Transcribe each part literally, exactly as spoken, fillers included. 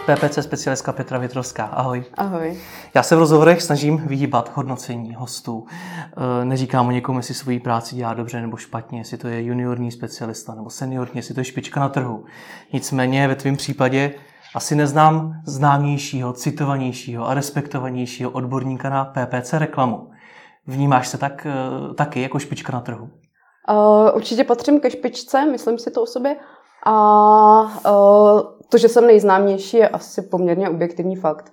P P C specialistka Petra Větrovská. Ahoj. Ahoj. Já se v rozhovorech snažím vyhýbat hodnocení hostů. Neříkám o někomu, jestli svoji práci dělá dobře nebo špatně, jestli to je juniorní specialista nebo seniorní, jestli to je špička na trhu. Nicméně ve tvém případě asi neznám známějšího, citovanějšího a respektovanějšího odborníka na P P C reklamu. Vnímáš se tak taky jako špička na trhu? Uh, určitě patřím ke špičce, myslím si to o sobě. A uh, to, že jsem nejznámější, je asi poměrně objektivní fakt.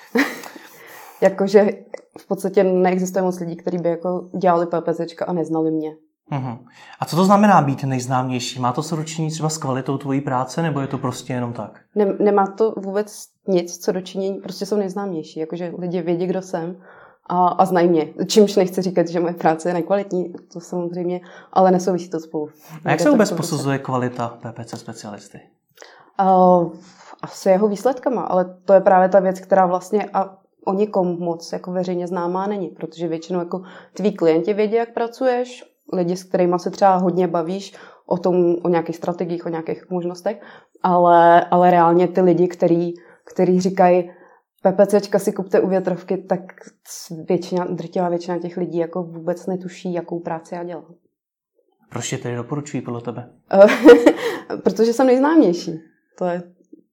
Jakože v podstatě neexistuje moc lidí, kteří by jako dělali PPCčka a neznali mě. Uhum. A co to znamená být nejznámější? Má to soročení třeba s kvalitou tvojí práce, nebo je to prostě jenom tak? Nem, nemá to vůbec nic, co dočinění, prostě jsem nejznámější. Jakože lidi vědí, kdo jsem a, a znají mě. Čímž nechci říkat, že moje práce je nekvalitní, to samozřejmě, ale nesouvisí to spolu. A jak se vůbec posuzuje kvalita P P C specialisty? Uh, asi jeho výsledkama, ale to je právě ta věc, která vlastně a o nikom moc jako veřejně známá není, protože většinou jako tví klienti vědí, jak pracuješ, lidi, s kterými se třeba hodně bavíš o tom, o nějakých strategiích, o nějakých možnostech, ale, ale reálně ty lidi, který, který říkají PPCčka si kupte u Větrovky, tak většina, drtivá většina těch lidí jako vůbec netuší, jakou práci já dělám. Proč je tedy doporučují podle tebe? Protože jsem nejznámější. To je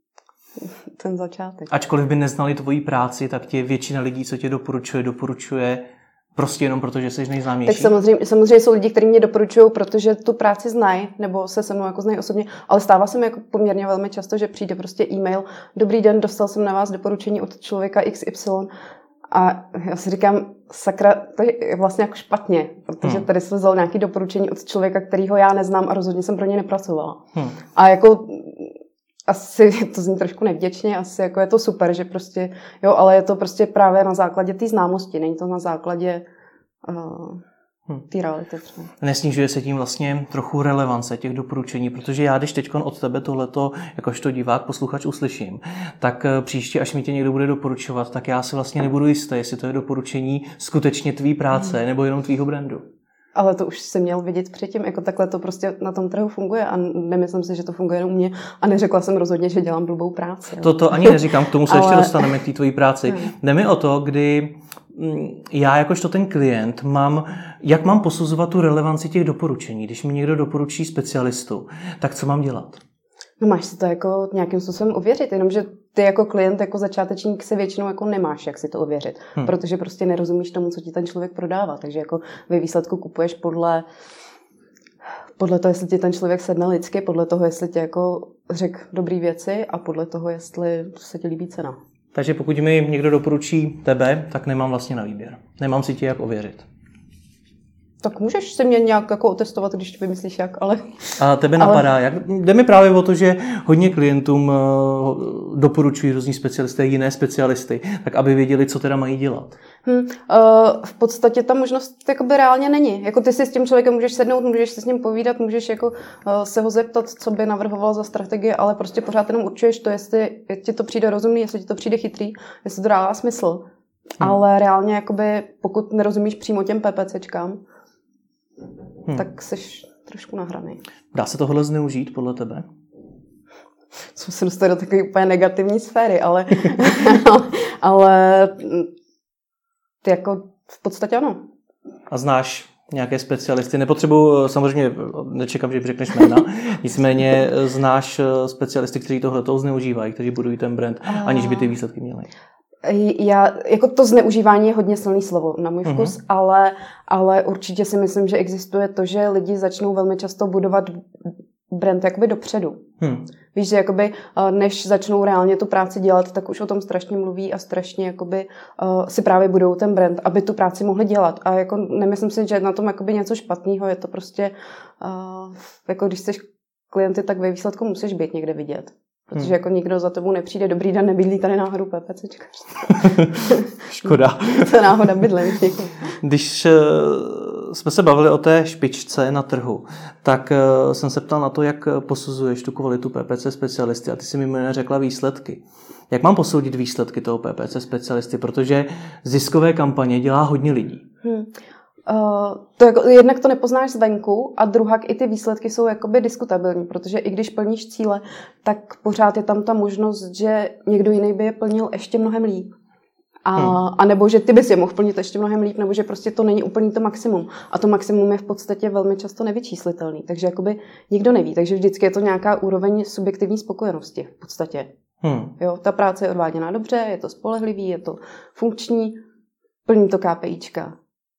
ten začátek. Ačkoliv by neznali tvoji práci, tak tě většina lidí, co tě doporučuje, doporučuje prostě jenom proto, že jsi nejznámější? Tak samozřejmě, samozřejmě jsou lidi, kteří mě doporučují, protože tu práci znají, nebo se se mnou jako znají osobně, ale stává se mi jako poměrně velmi často, že přijde prostě e-mail, dobrý den, dostal jsem na vás doporučení od člověka X Y a já si říkám, sakra, to je vlastně jako špatně, protože hmm. tady jsem vzal nějaké doporučení od člověka, kterýho já neznám a rozhodně jsem pro ně nepracovala. Hmm. A jako asi to zní trošku nevděčně, asi jako je to super, že prostě, jo, ale je to prostě právě na základě té známosti, není to na základě uh, hmm. té reality třeba. Nesnižuje se tím vlastně trochu relevance těch doporučení, protože já, když teď od tebe tohleto, jakožto divák, posluchač uslyším, tak příště, až mi tě někdo bude doporučovat, tak já si vlastně nebudu jistý, jestli to je doporučení skutečně tvý práce, hmm. nebo jenom tvýho brandu. Ale to už jsi měl vidět předtím, jako takhle to prostě na tom trhu funguje a nemyslím si, že to funguje jenom u mě a neřekla jsem rozhodně, že dělám blbou práci. To, to ani neříkám, k tomu se ale... ještě dostaneme k té tvojí práci. Hmm. Jde mi o to, kdy já jakožto ten klient mám, jak mám posuzovat tu relevanci těch doporučení. Když mi někdo doporučí specialistu, tak co mám dělat? No máš si to jako nějakým způsobem ověřit, jenomže ty jako klient, jako začátečník se většinou jako nemáš, jak si to ověřit, hmm. protože prostě nerozumíš tomu, co ti ten člověk prodává, takže jako ve výsledku kupuješ podle, podle toho, jestli ti ten člověk sedne lidsky, podle toho, jestli ti jako řek dobrý věci a podle toho, jestli se ti líbí cena. Takže pokud mi někdo doporučí tebe, tak nemám vlastně na výběr. Nemám si tě jak ověřit. Tak můžeš si mě nějak jako otestovat, když vymyslíš jak, ale... A tebe napadá ale... jak? Jde mi právě o to, že hodně klientům doporučují různí specialisté, jiné specialisty, tak aby věděli, co teda mají dělat. Hmm, uh, v podstatě ta možnost jakoby reálně není. Jako ty si s tím člověkem můžeš sednout, můžeš si s ním povídat, můžeš jako uh, se ho zeptat, co by navrhoval za strategie, ale prostě pořád jenom určuješ to, jestli ti to přijde rozumný, jestli ti to přijde chytrý, jestli to dává smysl. Hmm. Ale reálně, jakoby, pokud nerozumíš přímo těm PPCčkám, Hmm. tak jsi trošku nahraný. Dá se tohle zneužít podle tebe? Jsme se dostali do takové úplně negativní sféry, ale, ale ty jako v podstatě ano. A znáš nějaké specialisty? Nepotřebuji, samozřejmě nečekám, že řekneš jména, nicméně znáš specialisty, kteří tohleto zneužívají, kteří budují ten brand, aniž by ty výsledky měly. Já, jako to zneužívání je hodně silný slovo na můj vkus, uh-huh. ale, ale určitě si myslím, že existuje to, že lidi začnou velmi často budovat brand jakoby dopředu. Hmm. Víš, že jakoby, než začnou reálně tu práci dělat, tak už o tom strašně mluví a strašně jakoby, uh, si právě budou ten brand, aby tu práci mohli dělat. A jako nemyslím si, že je na tom jakoby něco špatného, je to prostě, uh, jako když jsi klienty, tak ve výsledku musíš být někde vidět. Protože hmm. jako nikdo za tebou nepřijde, dobrý den, nebydlí tady náhodou PPCčka. Škoda. To je náhoda bydlím. Když jsme se bavili o té špičce na trhu, tak jsem se ptal na to, jak posuzuješ tu kvalitu P P C specialisty a ty si mimo jiné řekla výsledky. Jak mám posoudit výsledky toho P P C specialisty, protože ziskové kampaně dělá hodně lidí. Hmm. Uh, to jako, jednak to nepoznáš zvenku a druhak i ty výsledky jsou jakoby diskutabilní, protože i když plníš cíle, tak pořád je tam ta možnost, že někdo jiný by je plnil ještě mnohem líp. A, hmm. a nebo že ty bys je mohl plnit ještě mnohem líp, nebo že prostě to není úplně to maximum. A to maximum je v podstatě velmi často nevyčíslitelný, takže jakoby nikdo neví. Takže vždycky je to nějaká úroveň subjektivní spokojenosti v podstatě. Hmm. Jo, ta práce je odváděná dobře, je to spolehlivý, je to funkční, plní to KPIčka.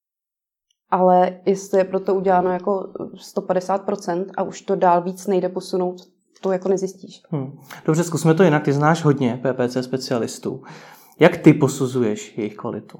Ale jestli je proto uděláno jako sto padesát procent a už to dál víc nejde posunout, to jako nezjistíš. Hmm. Dobře, zkusme to jinak. Ty znáš hodně P P C specialistů. Jak ty posuzuješ jejich kvalitu?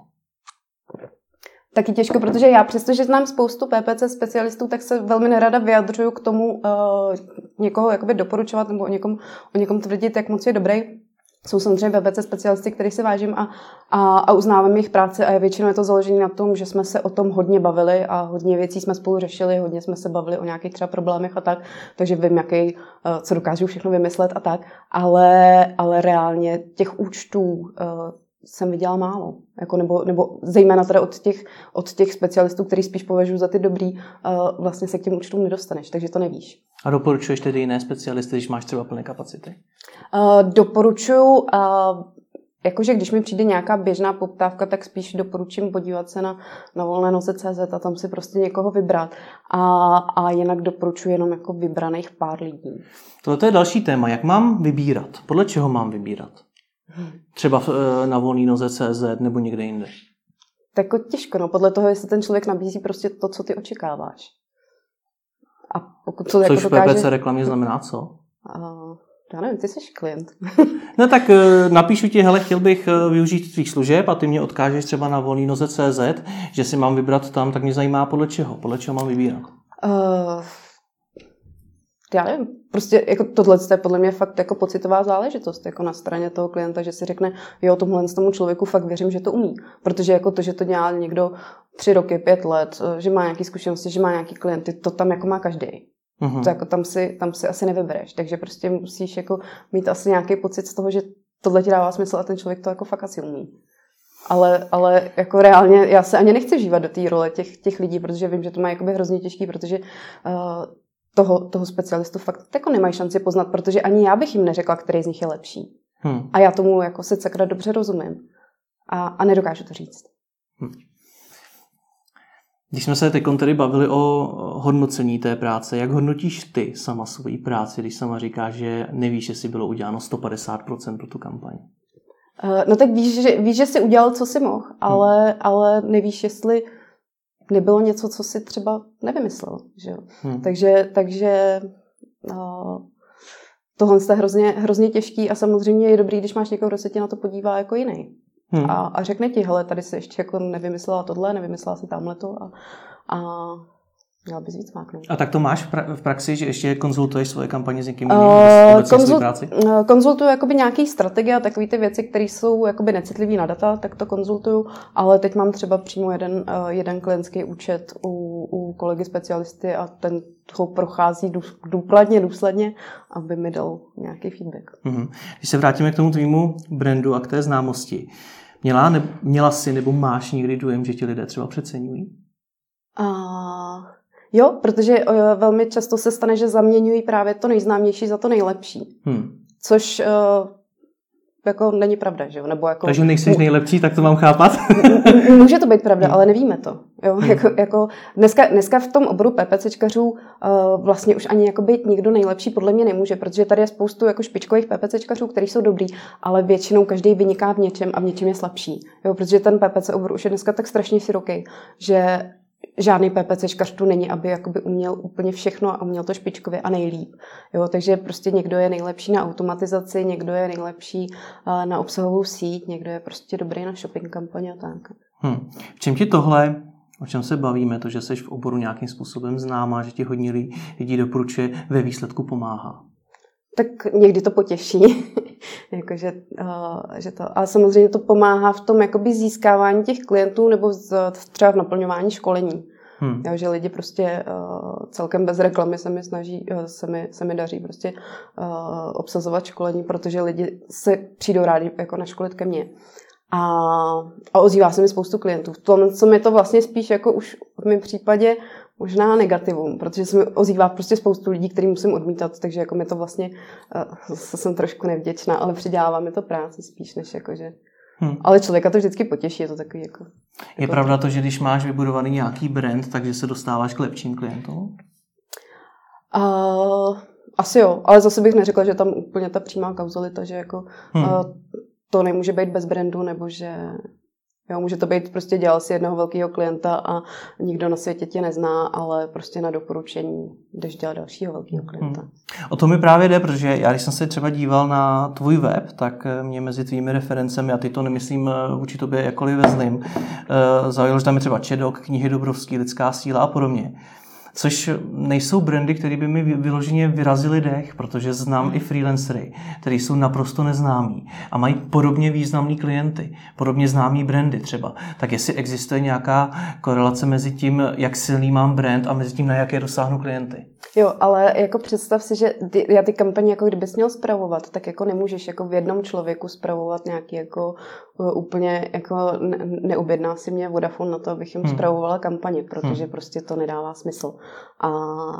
Taky těžko, protože já přestože znám spoustu P P C specialistů, tak se velmi nerada vyjadřuju k tomu uh, někoho jakoby doporučovat nebo o někom, o někom tvrdit, jak moc je dobrý. Jsou samozřejmě P P C specialisty, kterých si vážím a, a, a uznávám jejich práci a je většinou je to založené na tom, že jsme se o tom hodně bavili a hodně věcí jsme spolu řešili, hodně jsme se bavili o nějakých třeba problémech a tak, takže vím, jaký, co dokážu všechno vymyslet a tak, ale, ale reálně těch účtů uh, jsem viděla málo, jako nebo, nebo zejména teda od těch, od těch specialistů, který spíš považuji za ty dobrý, uh, vlastně se k těm účtům nedostaneš, takže to nevíš. A doporučuješ tedy jiné specialisty, když máš třeba plné kapacity? Uh, doporučuju, uh, jakože když mi přijde nějaká běžná poptávka, tak spíš doporučím podívat se na, na volné noze tečka cé zet a tam si prostě někoho vybrat. A, a jinak doporučuji jenom jako vybraných pár lidí. Tohle je další téma. Jak mám vybírat? Podle čeho mám vybírat? Třeba na volné noze tečka cé zet nebo někde jinde? Tak jako těžko, no. Podle toho, jestli ten člověk nabízí prostě to, co ty očekáváš. A pokud to Což jako dokáže... v P P C reklamě znamená co? Uh, já nevím, ty jsi klient. No tak napíšu ti, hele, chtěl bych využít tvých služeb a ty mě odkážeš třeba na volné noze tečka cé zet, že si mám vybrat tam, tak mě zajímá podle čeho. Podle čeho mám vybírat? Uh, já nevím, prostě jako tohle je podle mě fakt jako pocitová záležitost jako na straně toho klienta, že si řekne, jo, tomuhle tomu člověku fakt věřím, že to umí. Protože jako to, že to dělá někdo tři roky, pět let, že má nějaké zkušenosti, že má nějaký klienty, to tam jako má každý. Uh-huh. To jako tam si, tam si asi nevybereš. Takže prostě musíš jako mít asi nějaký pocit z toho, že tohle ti dává smysl a ten člověk to jako fakt asi umí. Ale, ale jako reálně já se ani nechci žívat do té role těch, těch lidí, protože vím, že to má jakoby hrozně těžký, protože uh, toho, toho specialistu fakt jako nemají šanci poznat, protože ani já bych jim neřekla, který z nich je lepší. Hmm. A já tomu jako se sakra dobře rozumím. A, a nedokážu to říct. Hmm. Když jsme se teď tedy bavili o hodnocení té práce, jak hodnotíš ty sama svoji práci, když sama říkáš, že nevíš, jestli bylo uděláno sto padesát procent pro tu kampaň? Uh, no tak víš, že, víš, že jsi udělal, co jsi mohl, ale, hmm. ale nevíš, jestli nebylo něco, co si třeba nevymyslel. Že? Hmm. Takže, takže uh, tohle je hrozně, hrozně těžký a samozřejmě je dobrý, když máš někoho, kdo se tě na to podívá jako jiný. Hmm. A, a řekne ti, hele, tady si ještě jako nevymyslela tohle, nevymyslela si tamhleto a, a měla bys víc máknout. A tak to máš v, pra- v praxi, že ještě konzultuješ svoje kampaně s někým jiným? Uh, konzul- práci? Uh, konzultuju jakoby nějaký strategie a takové ty věci, které jsou jakoby necitlivé na data, tak to konzultuju, ale teď mám třeba přímo jeden, uh, jeden klientský účet u, u kolegy specialisty a ten ho prochází důkladně, důsledně, aby mi dal nějaký feedback. Uh-huh. Když se vrátíme k tomu tvýmu brandu a k té známosti, měla, ne, měla jsi nebo máš někdy dojem, že ti lidé třeba přeceňují? Uh... Jo, protože uh, velmi často se stane, že zaměňují právě to nejznámější za to nejlepší. Hmm. Což uh, jako není pravda, že jo? Nebo jako, takže nejsi nejlepší, tak to mám chápat? Může to být pravda, hmm. ale nevíme to. Jo? Hmm. Jako, jako dneska, dneska v tom oboru PPCčkařů uh, vlastně už ani jako být nikdo nejlepší podle mě nemůže, protože tady je spoustu jako špičkových PPCčkařů, kteří jsou dobrý, ale většinou každý vyniká v něčem a v něčem je slabší. Jo? Protože ten P P C obor už je dneska tak strašně široký, že žádný PPCčkař tu není, aby jakoby uměl úplně všechno a uměl to špičkově a nejlíp. Jo, takže prostě někdo je nejlepší na automatizaci, někdo je nejlepší uh, na obsahovou síť, někdo je prostě dobrý na shopping kampaně a tak. Hmm. V čem ti tohle, o čem se bavíme, to, že jsi v oboru nějakým způsobem známá, že ti hodně lidí doporučuje, ve výsledku pomáhá? Tak někdy to potěší, jakože, uh, že to, ale samozřejmě to pomáhá v tom jakoby získávání těch klientů nebo z, třeba v naplňování školení. Hmm. Jo, že lidi prostě uh, celkem bez reklamy se mi snaží, uh, se, mi, se mi daří prostě uh, obsazovat školení, protože lidi se přijdou rádi jako naškolit ke mně. A, a ozývá se mi spoustu klientů. V tom, co mi to vlastně spíš jako už v mém případě možná negativum, protože se mi ozývá prostě spoustu lidí, který musím odmítat, takže jako mi to vlastně, uh, jsem trošku nevděčná, ale přidělává mi to práci spíš, než jako, že... Hmm. Ale člověka to vždycky potěší, je to takový jako... Je jako pravda to, že když máš vybudovaný nějaký brand, takže se dostáváš k lepším klientům? Uh, asi jo, ale zase bych neřekla, že tam úplně ta přímá kauzalita, že jako hmm. uh, to nemůže být bez brandu, nebo že... Jo, může to být prostě dělal si jednoho velkého klienta a nikdo na světě tě nezná, ale prostě na doporučení jdeš dělat dalšího velkého klienta. Hmm. O to mi právě jde, protože já když jsem se třeba díval na tvůj web, tak mě mezi tvými referencemi, a ty to nemyslím vůči tobě jakkoliv ve zlým, zaujalo, že tam je třeba Čedok, knihy Dobrovský, Lidská síla a podobně. Což nejsou brandy, které by mi vyloženě vyrazily dech, protože znám i freelancery, kteří jsou naprosto neznámí a mají podobně významný klienty, podobně známý brandy třeba. Tak jestli existuje nějaká korelace mezi tím, jak silný mám brand a mezi tím, na jaké dosáhnu klienty? Jo, ale jako představ si, že ty, já ty kampaně, jako kdybys měl spravovat, tak jako nemůžeš jako v jednom člověku spravovat nějaký jako uh, úplně, jako ne, neobjedná si mě Vodafone na to, abych jim hmm. spravovala kampaně, protože hmm. prostě to nedává smysl. A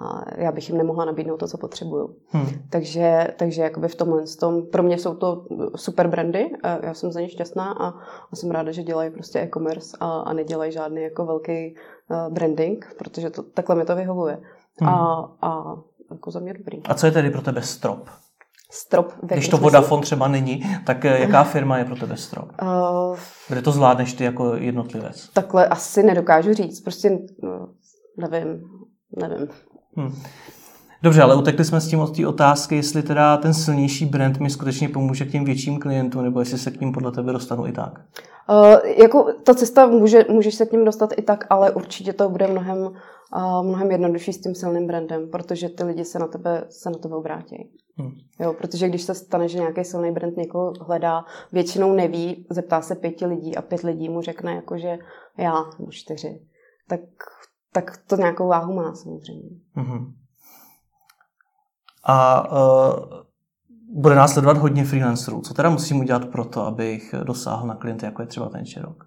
já bych jim nemohla nabídnout to, co potřebuju. Hmm. Takže, takže jakoby v tomhle tom, pro mě jsou to super brandy, já jsem za ně šťastná a, a jsem ráda, že dělají prostě e-commerce a, a nedělají žádný jako velký uh, branding, protože to, takhle mi to vyhovuje. Hmm. A, a jako za mě dobrý. A co je tedy pro tebe strop? Strop. Když to Vodafone třeba není, tak jaká firma je pro tebe strop? Uh, Kde to zvládneš ty jako jednotlivec? Takhle asi nedokážu říct. Prostě no, nevím. Nevím. Hmm. Dobře, ale utekli jsme s tím od té otázky, jestli teda ten silnější brand mi skutečně pomůže k těm větším klientům, nebo jestli se k ním podle tebe dostanu i tak? Uh, jako ta cesta, může, můžeš se k ním dostat i tak, ale určitě to bude mnohem, uh, mnohem jednodušší s tím silným brandem, protože ty lidi se na tebe, se na tebe obrátí. Hmm. Jo, protože když se stane, že nějaký silný brand někoho hledá, většinou neví, zeptá se pěti lidí a pět lidí mu řekne, jako, že já, nebo čtyři, tak tak to nějakou váhu má samozřejmě. Mm-hmm. A uh, bude následovat hodně freelancerů. Co teda musím udělat pro to, abych dosáhl na klienty, jako je třeba ten Čedok?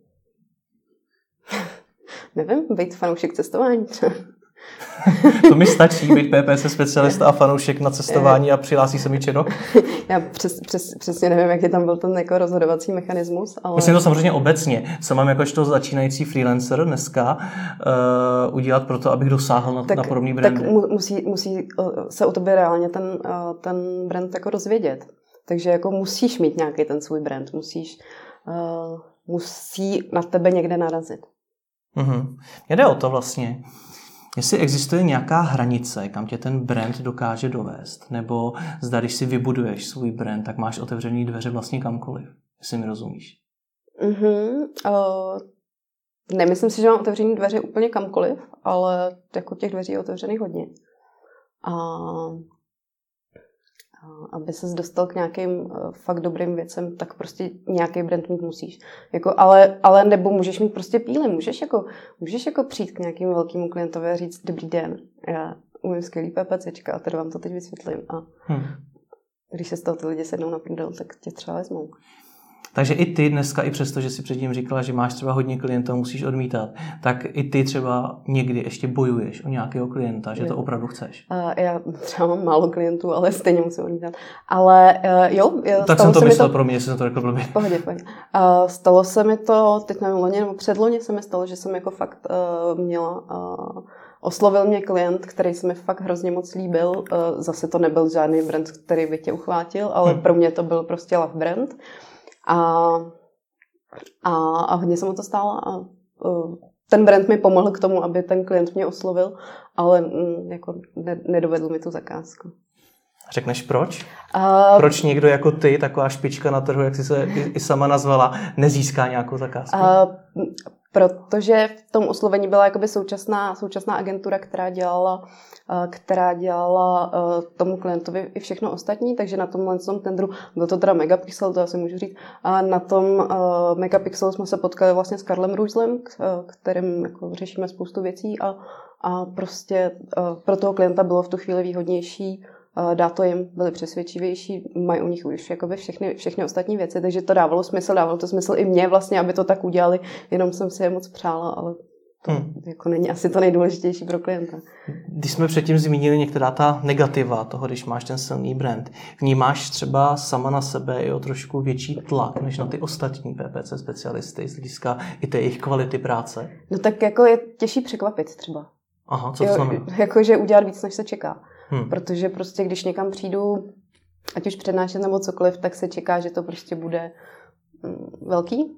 Nevím, být fanoušek cestování. To mi stačí, být P P C specialista a fanoušek na cestování a přihlásí se mi Čedok? Já přes, přes, přesně nevím, jaký tam byl ten jako rozhodovací mechanismus. Ale... Myslím to samozřejmě obecně. Co mám jakožto začínající freelancer dneska uh, udělat pro to, abych dosáhl na, tak, na podobný brandy? Tak mu, musí, musí se o tobě reálně ten, uh, ten brand jako rozvědět. Takže jako musíš mít nějaký ten svůj brand. Musíš, uh, musí na tebe někde narazit. Mm-hmm. Jde o to vlastně. Jestli existuje nějaká hranice, kam tě ten brand dokáže dovést, nebo zda, když si vybuduješ svůj brand, tak máš otevřený dveře vlastně kamkoliv, jestli mi rozumíš. Mm-hmm. Uh, nemyslím si, že mám otevřený dveře úplně kamkoliv, ale jako těch dveří je otevřených hodně. A aby ses dostal k nějakým uh, fakt dobrým věcem, tak prostě nějaký brand mít musíš. Jako, ale, ale nebo můžeš mít prostě píly, můžeš jako, můžeš jako přijít k nějakému velkému klientovi a říct dobrý den, já umím skvělý PPCčka a tady vám to teď vysvětlím. A hmm. když se z toho ty lidi sednou na prdel, tak tě třeba vezmou. Takže i ty dneska, i přesto, že si předtím říkala, že máš třeba hodně klientů a musíš odmítat, tak i ty třeba někdy ještě bojuješ o nějakého klienta, že jo. To opravdu chceš. Uh, já třeba mám málo klientů, ale stejně musím odmítat. Ale uh, jo. Tak jsem to myslel to... pro mě, jestli jsem to řekl blbě. Pohodě, pohodě. Uh, stalo se mi to, teď nevím, loni nebo předloni se mi stalo, že jsem jako fakt uh, měla... Uh, oslovil mě klient, který se mi fakt hrozně moc líbil. Uh, zase to nebyl žádný brand, který by tě uchvátil, ale hmm. pro mě to byl prostě love brand. A, a, a hodně jsem o to stála a uh, ten brand mi pomohl k tomu, aby ten klient mě oslovil, ale mm, jako ne, nedovedl mi tu zakázku. Řekneš proč? Uh, proč někdo jako ty, taková špička na trhu, jak jsi se i, i sama nazvala, nezíská nějakou zakázku? Uh, protože v tom oslovení byla jakoby současná, současná agentura, která dělala, která dělala tomu klientovi i všechno ostatní, takže na tomhle tendru, byl to teda Megapixel, to asi můžu říct, a na tom Megapixelu jsme se potkali vlastně s Karlem Růzlem, kterým jako řešíme spoustu věcí a, a prostě pro toho klienta bylo v tu chvíli výhodnější dá to jim, byli přesvědčivější, mají u nich už jakoby všechny, všechny ostatní věci, takže to dávalo smysl, dávalo to smysl i mně vlastně, aby to tak udělali, jenom jsem si je moc přála, ale to hmm. jako není asi to nejdůležitější pro klienta. Když jsme předtím zmínili některá ta negativa toho, když máš ten silný brand, vnímáš třeba sama na sebe i o trošku větší tlak, než na ty ostatní P P C specialisty z hlediska i té jejich kvality práce? No tak jako je těžší překvapit třeba. Aha, co to znamená? Jakože udělat víc, než se čeká. Hmm. Protože prostě, když někam přijdu, ať už přednášet nebo cokoliv, tak se čeká, že to prostě bude mm, velký.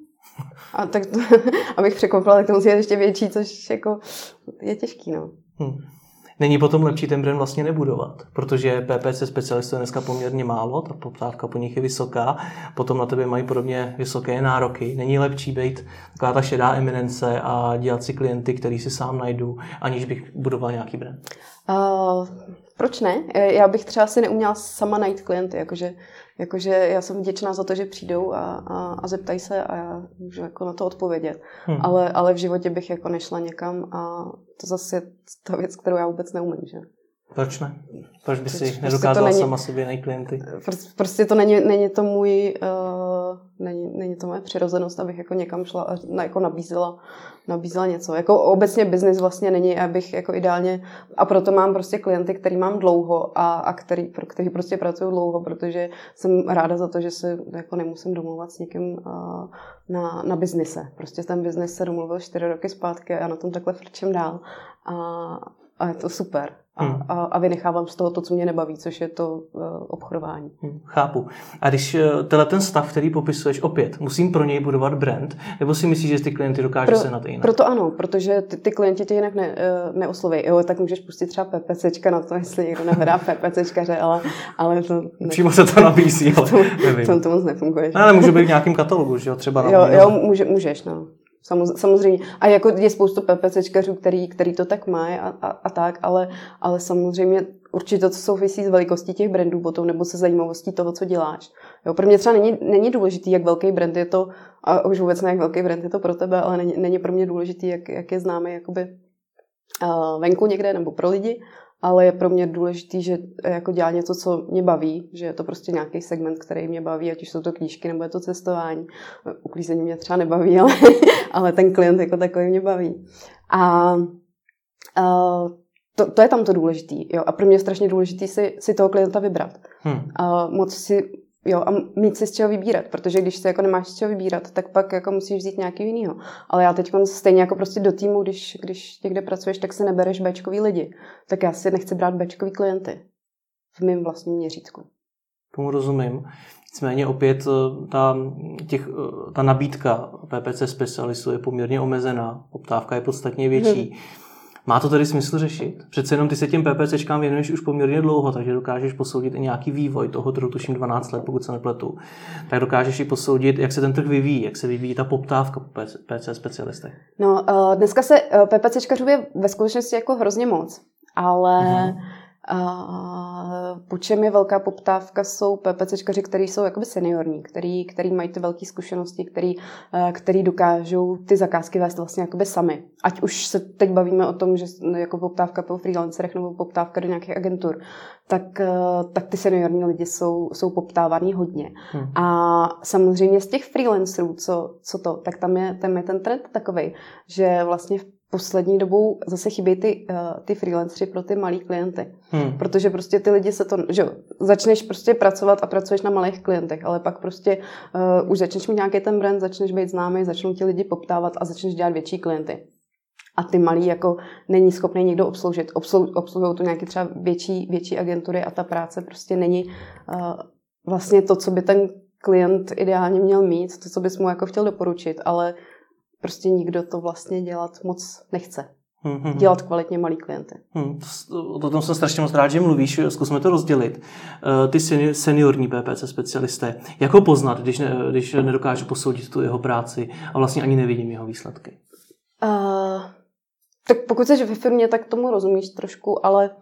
A tak to, abych překvapila, tak to musí být ještě větší, což jako je těžký, no. Hmm. Není potom lepší ten brand vlastně nebudovat, protože P P C specialistů je dneska poměrně málo, ta poptávka po nich je vysoká, potom na tebe mají podobně vysoké nároky. Není lepší být taková ta šedá eminence a dělat si klienty, který si sám najdu, aniž bych budoval nějaký brand? Uh, proč ne? Já bych třeba si neuměla sama najít klienty, jakože, jakože já jsem vděčná za to, že přijdou a, a, a zeptají se a já můžu jako na to odpovědět. Hmm. Ale, ale v životě bych jako nešla někam a to zase je ta věc, kterou já vůbec neumím, že? Proč ne? Proč by si prostě nedokázala není, sama sobě najít klienty? Prostě to není, není to můj, uh, není, není to moje přirozenost, abych jako někam šla a na, jako nabízela, nabízela něco. Jako obecně biznis vlastně není, abych jako ideálně, a proto mám prostě klienty, který mám dlouho a, a který, pro který prostě pracuju dlouho, protože jsem ráda za to, že se jako nemusím domluvat s někým uh, na, na biznise. Prostě ten biznis se domluvil čtyři roky zpátky a já na tom takhle frčím dál a, a je to super. A, hmm. a, a vynechávám z toho to, co mě nebaví, což je to uh, obchodování. Hmm, chápu. A když tenhle ten stav, který popisuješ, opět, musím pro něj budovat brand, nebo si myslíš, že ty klienty dokážou pro, se na to jinak? Proto ano, protože ty, ty klienti tě jinak ne, uh, neosloví. Jo, tak můžeš pustit třeba PPCčka na to, jestli někdo nehledá PPCčkaře, ale, ale to... Ne, přímo se to nabízí, ale to, nevím. To, to moc nefunguje. No, ale může být v nějakém katalogu, že jo? Třeba na jo, jo, může, můžeš, no. Samozřejmě. A jako je spoustu PPCčkařů, který, který to tak mají a, a, a tak, ale, ale samozřejmě určitě to souvisí s velikostí těch brandů potom, nebo se zajímavostí toho, co děláš. Jo, pro mě třeba není, není důležitý, jak velký brand je to, a už vůbec ne, jak velký brand je to pro tebe, ale není, není pro mě důležitý, jak, jak je známý jakoby uh, venku někde nebo pro lidi, ale je pro mě důležitý, že jako dělá něco, co mě baví, že je to prostě nějaký segment, který mě baví, ať už jsou to knížky nebo je to cestování. Uklízení mě třeba nebaví, ale, ale ten klient jako takový mě baví. A uh, to, to je tam to důležitý. Jo? A pro mě je strašně důležitý si, si toho klienta vybrat. Hmm. A moc si Jo, a mít si z čeho vybírat, protože když si jako nemáš z čeho vybírat, tak pak jako musíš vzít nějaký jinýho. Ale já teď stejně jako prostě do týmu, když, když někde pracuješ, tak si nebereš béčkový lidi. Tak já si nechci brát béčkový klienty v mém vlastním měřítku. Tomu rozumím. Nicméně opět ta, těch, ta nabídka P P C specialistů je poměrně omezená, poptávka je podstatně větší. Hmm. Má to tedy smysl řešit? Přece jenom ty se těm PPCčkám věnuješ už poměrně dlouho, takže dokážeš posoudit i nějaký vývoj toho trhu, tuším dvanáct let, pokud se nepletu. Tak dokážeš i posoudit, jak se ten trh vyvíjí, jak se vyvíjí ta poptávka po P P C specialistech. No, dneska se PPCčkařů je ve skutečnosti jako hrozně moc, ale mhm. Uh, po čem je velká poptávka, jsou PPCčkaři, kteří jsou jakoby seniorní, který, který mají ty velké zkušenosti, který, uh, který dokážou ty zakázky vést vlastně jakoby sami. Ať už se teď bavíme o tom, že jako poptávka po freelancerech nebo poptávka do nějakých agentur, tak, uh, tak ty seniorní lidi jsou, jsou poptávaný hodně. Hmm. A samozřejmě z těch freelancerů, co, co to, tak tam je, tam je ten trend takovej, že vlastně v poslední dobou zase chybí ty, uh, ty freelanceri pro ty malý klienty. Hmm. Protože prostě ty lidi se to, že jo, začneš prostě pracovat a pracuješ na malých klientech, ale pak prostě uh, už začneš mít nějaký ten brand, začneš být známý, začnou ti lidi poptávat a začneš dělat větší klienty. A ty malý jako není schopný někdo obsloužit. Obslu, obsluhují to nějaké třeba větší, větší agentury a ta práce prostě není uh, vlastně to, co by ten klient ideálně měl mít, to, co bys mu jako chtěl doporučit, ale prostě nikdo to vlastně dělat moc nechce. Hmm. Dělat kvalitně malý klienty. Hmm. O tom jsem strašně moc rád, že mluvíš. Zkusme to rozdělit. Ty seniorní P P C specialisté, jak ho poznat, když, ne, když nedokážu posoudit tu jeho práci a vlastně ani nevidím jeho výsledky? Uh, tak pokud jsi ve firmě, tak tomu rozumíš trošku, ale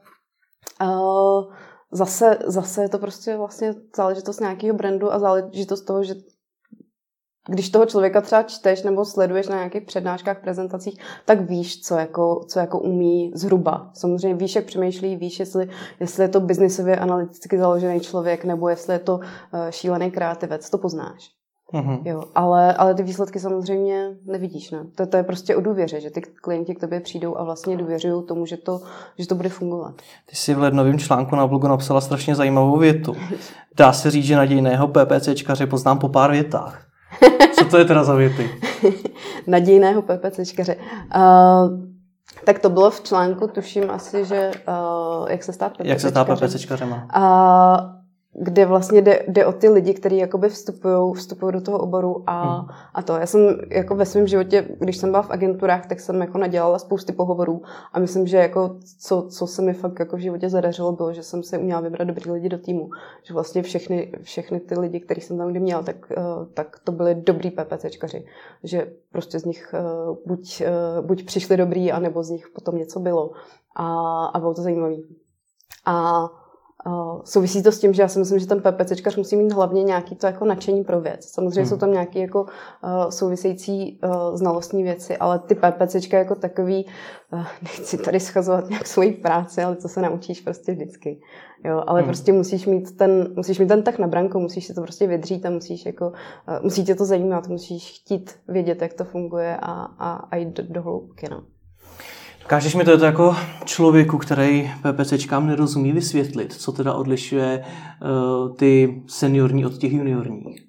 uh, zase, zase je to prostě vlastně záležitost nějakého brandu a záležitost toho, že když toho člověka třeba čteš nebo sleduješ na nějakých přednáškách, prezentacích, tak víš, co jako, co jako umí zhruba. Samozřejmě víš, jak přemýšlí, víš, jestli, jestli je to biznisově analyticky založený člověk, nebo jestli je to uh, šílený kreativec, to poznáš. Mm-hmm. Jo, ale, ale ty výsledky samozřejmě nevidíš. Ne? To, to je prostě o důvěře, že ty klienti k tobě přijdou a vlastně důvěřují tomu, že to, že to bude fungovat. Ty jsi v lednovém článku na blogu napsala strašně zajímavou větu. Dá se říct, že nadějného PPCčkaře poznám po pár větách. Co to je teda za věty? Nadějného PPCčkaře. Uh, tak to bylo v článku, tuším asi, že uh, jak se stát PPCčkařem. Jak se stát PPCčkařem. Uh, kde vlastně jde, jde o ty lidi, kteří jakoby vstupují, vstupují do toho oboru a, hmm. a to. Já jsem jako ve svém životě, když jsem byla v agenturách, tak jsem jako nadělala spousty pohovorů a myslím, že jako co, co se mi fakt jako v životě zadařilo, bylo, že jsem si uměla vybrat dobrý lidi do týmu. Že vlastně všechny, všechny ty lidi, který jsem tam kdy měla, tak, tak to byli dobrý PPCčkaři. Že prostě z nich buď, buď přišli dobrý, anebo z nich potom něco bylo. A, a bylo to zajímavé. A Uh, souvisí to s tím, že já si myslím, že ten PPCčkař musí mít hlavně nějaký to jako nadšení pro věc. Samozřejmě hmm. jsou tam nějaké jako uh, související uh, znalostní věci, ale ty PPCčka jako takový, uh, nechci tady schazovat nějak svoji práci, ale to se naučíš prostě vždycky. Jo, ale hmm. prostě musíš mít ten, musíš mít ten tak na branku, musíš si to prostě vydřít a musíš jako, uh, musí tě to zajímat, musíš chtít vědět, jak to funguje a, a, a jít do, do hloubky, no. Dokážeš mi to jako člověku, který PPCčkám nerozumí, vysvětlit, co teda odlišuje uh, ty seniorní od těch juniorních?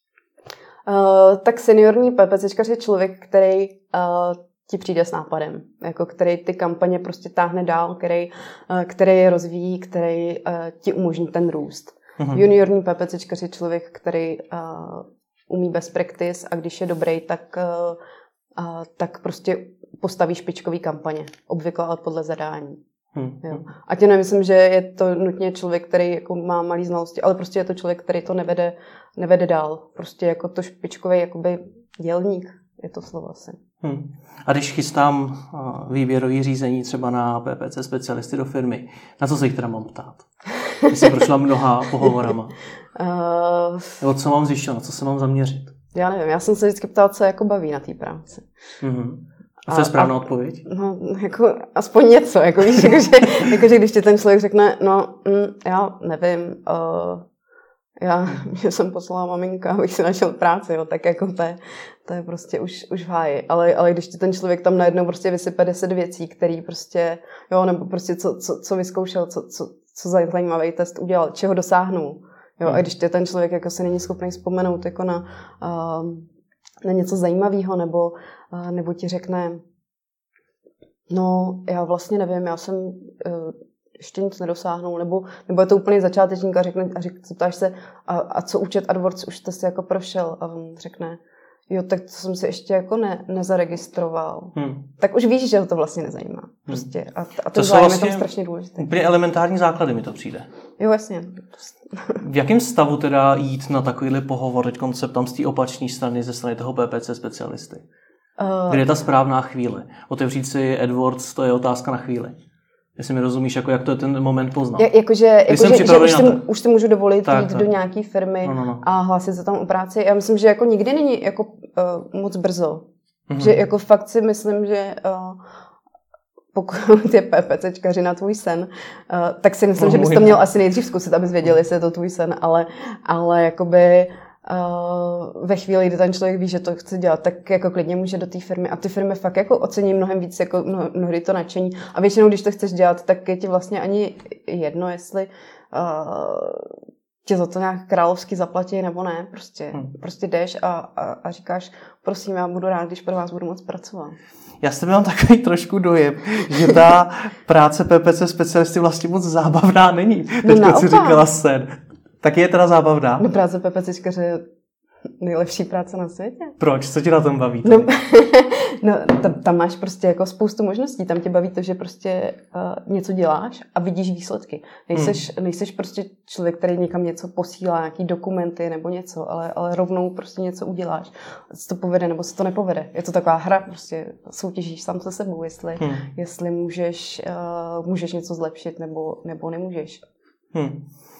Uh, tak seniorní PPCčkař je člověk, který uh, ti přijde s nápadem, jako který ty kampaně prostě táhne dál, který, uh, který je rozvíjí, který uh, ti umožní ten růst. Uh-huh. Juniorní PPCčkař je člověk, který uh, umí best practice a když je dobrý, tak, uh, uh, tak prostě postaví špičkový kampaně, obvykle ale podle zadání. Hmm. Jo. A tě nemyslím, že je to nutně člověk, který jako má malý znalosti, ale prostě je to člověk, který to nevede, nevede dál. Prostě jako to špičkový jakoby dělník, je to slovo asi. Hmm. A když chystám výběrový řízení třeba na P P C specialisty do firmy, na co se jich teda mám ptát? Ty jsi prošla mnoha pohovorama. Uh... Nebo co mám zjišťovat, na co se mám zaměřit? Já nevím, já jsem se vždycky ptala, co jako baví na té práci. Mm-hmm. A to je správná a, odpověď? No, jako aspoň něco, jako víš, jakože, jakože když ti ten člověk řekne, no, mm, já nevím, uh, já že jsem poslala maminka, abych si našel práci, jo, tak jako to je, to je prostě už, už v háji. Ale, ale když ti ten člověk tam najednou prostě vysype deset věcí, který prostě, jo, nebo prostě co, co, co vyzkoušel, co, co, co za zajímavý test udělal, čeho dosáhnul. Jo, a když ti ten člověk jako se není schopný vzpomenout jako na, uh, na něco zajímavého, nebo, uh, nebo ti řekne, no, já vlastně nevím, já jsem uh, ještě nic nedosáhnul, nebo, nebo je to úplný začátečník a řekne, a řekne, ptáš se, a, a co účet AdWords už jste si jako prošel? A on řekne, jo, tak to jsem si ještě jako ne, nezaregistroval. Hmm. Tak už víš, že ho to vlastně nezajímá. Prostě. A, a ten zájem vlastně je tam strašně důležitý. Úplně elementární základy mi to přijde. Jo, jasně. V jakém stavu teda jít na takovýhle pohovor, teď koncept tam z té opačné strany, ze strany toho P P C specialisty? Uh, Kde je ta správná chvíle? Otevřít si AdWords, to je otázka na chvíli. Jestli mi rozumíš, jako jak to je ten moment poznat. Ja, jakože jako že, že už, si, už si můžu dovolit tak, jít tak. do nějaké firmy no, no, no. a hlásit se tam o práci. Já myslím, že jako nikdy není jako uh, moc brzo. Mm-hmm. Že jako fakt si myslím, že uh, pokud je PPCčkaři na tvůj sen, uh, tak si myslím, no, že bys to měl asi nejdřív zkusit, abys věděl, jestli je to tvůj sen, ale, ale jakoby Uh, ve chvíli, kdy ten člověk ví, že to chce dělat, tak jako klidně může do té firmy a ty firmy fakt jako ocení mnohem víc jako mnohdy to nadšení a většinou, když to chceš dělat, tak je ti vlastně ani jedno, jestli uh, tě za to nějak královsky zaplatí nebo ne, prostě, hmm. prostě jdeš a, a, a říkáš, prosím, já budu rád, když pro vás budu moc pracovat. Já s tebe mám takový trošku dojem, že ta práce P P C specialisty vlastně moc zábavná není. Teďka no, si říkala sen. Tak je teda zábavná. No práce PPCčkaře je nejlepší práce na světě. Proč? Co tě na tom baví? No, no tam, tam máš prostě jako spoustu možností. Tam tě baví to, že prostě uh, něco děláš a vidíš výsledky. Nejseš, hmm. nejseš prostě člověk, který někam něco posílá, nějaký dokumenty nebo něco, ale, ale rovnou prostě něco uděláš. Se to povede nebo se to nepovede. Je to taková hra, prostě soutěžíš sám se sebou, jestli, hmm. jestli můžeš, uh, můžeš něco zlepšit nebo, nebo nemůžeš. Hmm. V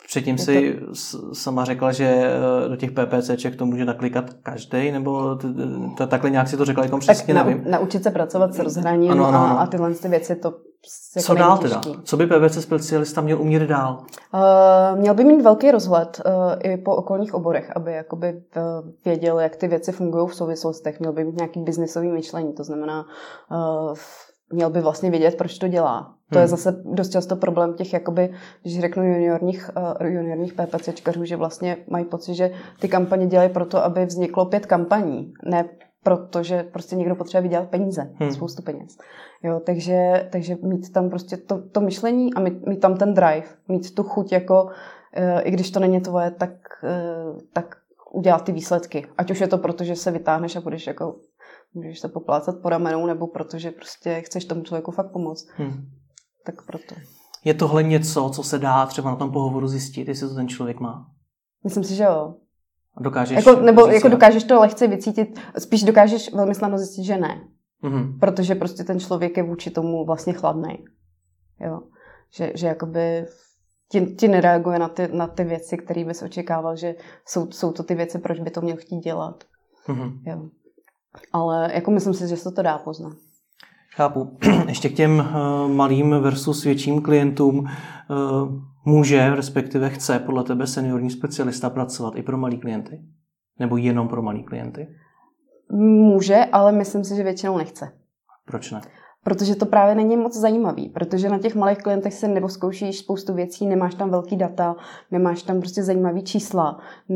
Předtím si to... sama řekla, že do těch PPCček to může naklikat každý, nebo t- t- takhle nějak si to řekla, jako přesně tak nevím. Na, naučit se pracovat s rozhraním ano, ano, ano. A, a tyhle ty věci, to jako co dál teda? Co by P P C specialista měl umět dál? Uh, měl by mít velký rozhled uh, i po okolních oborech, aby jakoby uh, věděl, jak ty věci fungují v souvislostech. Měl by mít nějaký biznisový myšlení, to znamená, uh, měl by vlastně vědět, proč to dělá. To hmm. je zase dost často problém těch, jakoby, když řeknu juniorních, uh, juniorních PPCčkařů, že vlastně mají pocit, že ty kampaně dělají proto, aby vzniklo pět kampaní, ne protože prostě někdo potřebuje vydělat peníze, hmm. spoustu peněz. Jo, takže, takže mít tam prostě to, to myšlení a mít, mít tam ten drive, mít tu chuť, jako e, i když to není tvoje, tak, e, tak udělat ty výsledky. Ať už je to proto, že se vytáhneš a budeš jako, můžeš se poplácat po ramenou, nebo protože prostě chceš tomu člověku fakt pomoct. Hmm. Tak proto. Je tohle něco, co se dá třeba na tom pohovoru zjistit, jestli to ten člověk má? Myslím si, že jo. Dokážeš jako, nebo jako dokážeš to lehce vycítit, spíš dokážeš velmi snadno zjistit, že ne. Mm-hmm. Protože prostě ten člověk je vůči tomu vlastně chladnej. Jo. Že, že jakoby ti, ti nereaguje na ty, na ty věci, které bys očekával, že jsou, jsou to ty věci, proč by to měl chtít dělat. Mm-hmm. Jo. Ale jako myslím si, že se to dá poznat. Chápu. Ještě k těm uh, malým versus větším klientům uh, může, respektive chce podle tebe seniorní specialista pracovat i pro malý klienty? Nebo jenom pro malý klienty? Může, ale myslím si, že většinou nechce. Proč ne? Protože to právě není moc zajímavý, protože na těch malých klientech se nevyzkoušíš spoustu věcí, nemáš tam velký data, nemáš tam prostě zajímavý čísla,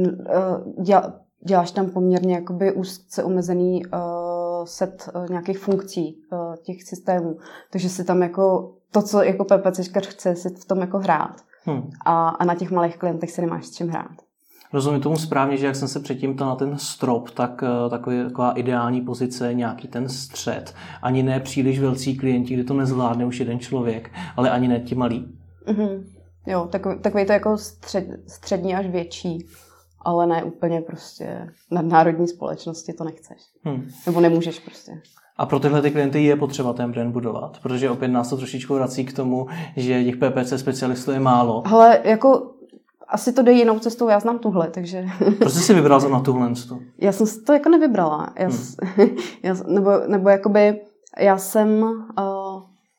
děláš tam poměrně jakoby úzce omezený set nějakých funkcí těch systémů, takže si tam jako to, co jako PPCčkař chce, si v tom jako hrát. Hmm. A, a na těch malých klientech se nemáš s čím hrát. Rozumím tomu správně, že jak jsem se předtím ptal na ten strop, tak takový, taková ideální pozice je nějaký ten střed. Ani ne příliš velcí klienti, kde to nezvládne už jeden člověk, ale ani ne ti malí. Mm-hmm. Jo, takový, takový to jako střed, střední až větší, ale ne úplně prostě nadnárodní společnosti to nechceš. Hmm. Nebo nemůžeš prostě. A pro tyhle ty klienty je potřeba ten brand budovat, protože opět nás to trošičku vrací k tomu, že těch P P C specialistů je málo. Ale jako asi to jde jinou cestou, já znám tuhle, takže... Proč jsi si vybrala na tuhle? Já jsem si to jako nevybrala. Já, hmm. já, nebo, nebo jakoby já jsem... Uh,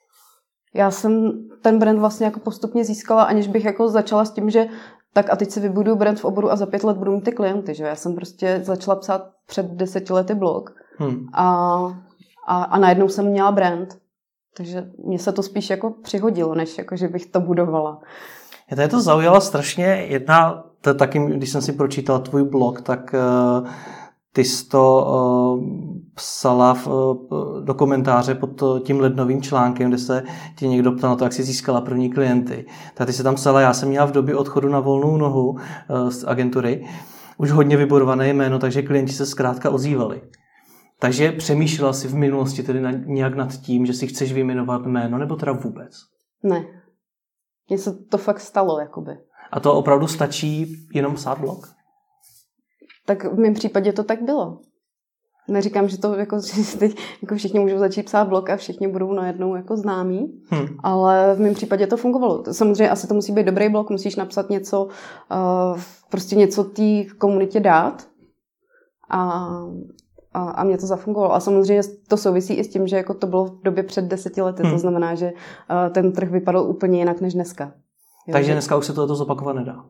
já jsem ten brand vlastně jako postupně získala, aniž bych jako začala s tím, že tak a teď si vybuduju brand v oboru a za pět let budu mít ty klienty, že? Já jsem prostě začala psát před deseti lety blog hmm. a, a, a najednou jsem měla brand. Takže mně se to spíš jako přihodilo, než jako, že bych to budovala. Já tady to zaujala strašně jedna, to taky, když jsem si pročítal tvůj blog, tak uh, ty jsi to uh, psala v, uh, do komentáře pod to, tím lednovým článkem, kde se ti někdo ptal na to, jak jsi získala první klienty. Tak ty jsi tam psala, já jsem měla v době odchodu na volnou nohu uh, z agentury už hodně vybudované jméno, takže klienti se zkrátka ozývali. Takže přemýšlela jsi v minulosti tedy na, nějak nad tím, že si chceš vyjmenovat jméno, nebo teda vůbec? Ne. Mně se to fakt stalo, jakoby. A to opravdu stačí jenom psát blog? Tak v mém případě to tak bylo. Neříkám, že to jako, že teď jako všichni můžou začít psát blog a všichni budou najednou jako známí, hmm. ale v mém případě to fungovalo. Samozřejmě asi to musí být dobrý blog, musíš napsat něco, uh, prostě něco té komunitě dát a, a, a mě to zafungovalo. A samozřejmě to souvisí i s tím, že jako to bylo v době před deseti lety, hmm. to znamená, že uh, ten trh vypadal úplně jinak než dneska. Jo, Takže dneska už se tohle zopakovat nedá?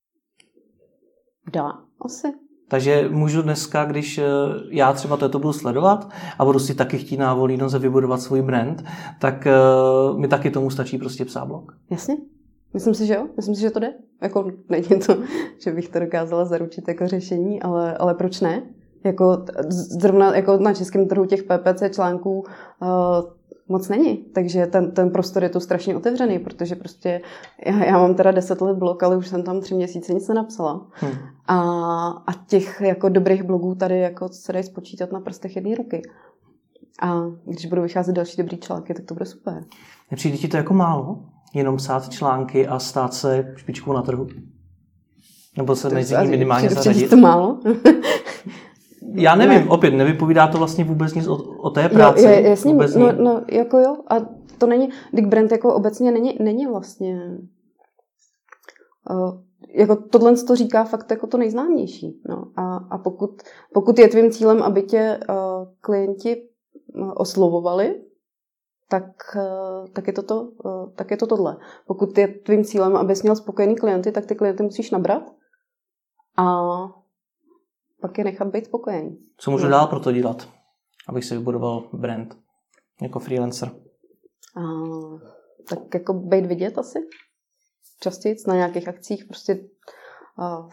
Dá, asi. Takže můžu dneska, když já třeba to budu sledovat a budu si taky chtít na volný noze vybudovat svůj brand, tak uh, mi taky tomu stačí prostě psát blog. Jasně. Myslím si, že jo. Myslím si, že to jde. Jako není to, že bych to dokázala zaručit jako řešení, ale, ale proč ne? Jako zrovna jako na českém trhu těch P P C článků uh, moc není, takže ten, ten prostor je tu strašně otevřený, protože prostě já, já mám teda deset let blog, ale už jsem tam tři měsíce nic nenapsala. Hmm. A, a těch jako dobrých blogů tady jako se dají spočítat na prstech jedné ruky. A když budou vycházet další dobrý články, tak to bude super. Nepřijde ti to jako málo? Jenom psát články a stát se špičkou na trhu? Nebo se mezi nimi minimálně zařadit? Přijde to málo? Já nevím, ne. Opět nevypovídá to vlastně vůbec nic o, o té práci. No, je, jasně, no, no, jako jo, a to není, Dick Brand jako obecně není, není vlastně, uh, jako tohle to říká fakt jako to nejznámější. No. A, a pokud, pokud je tvým cílem, aby tě uh, klienti oslovovali, tak, uh, tak, je to to, uh, tak je to tohle. Pokud je tvým cílem, abys měl spokojený klienty, tak ty klienty musíš nabrat a pak je nechat být spokojený. Co můžu no. dál pro to dělat, abych si vybudoval brand jako freelancer? Uh, tak jako být vidět asi. Častěji na nějakých akcích, prostě uh,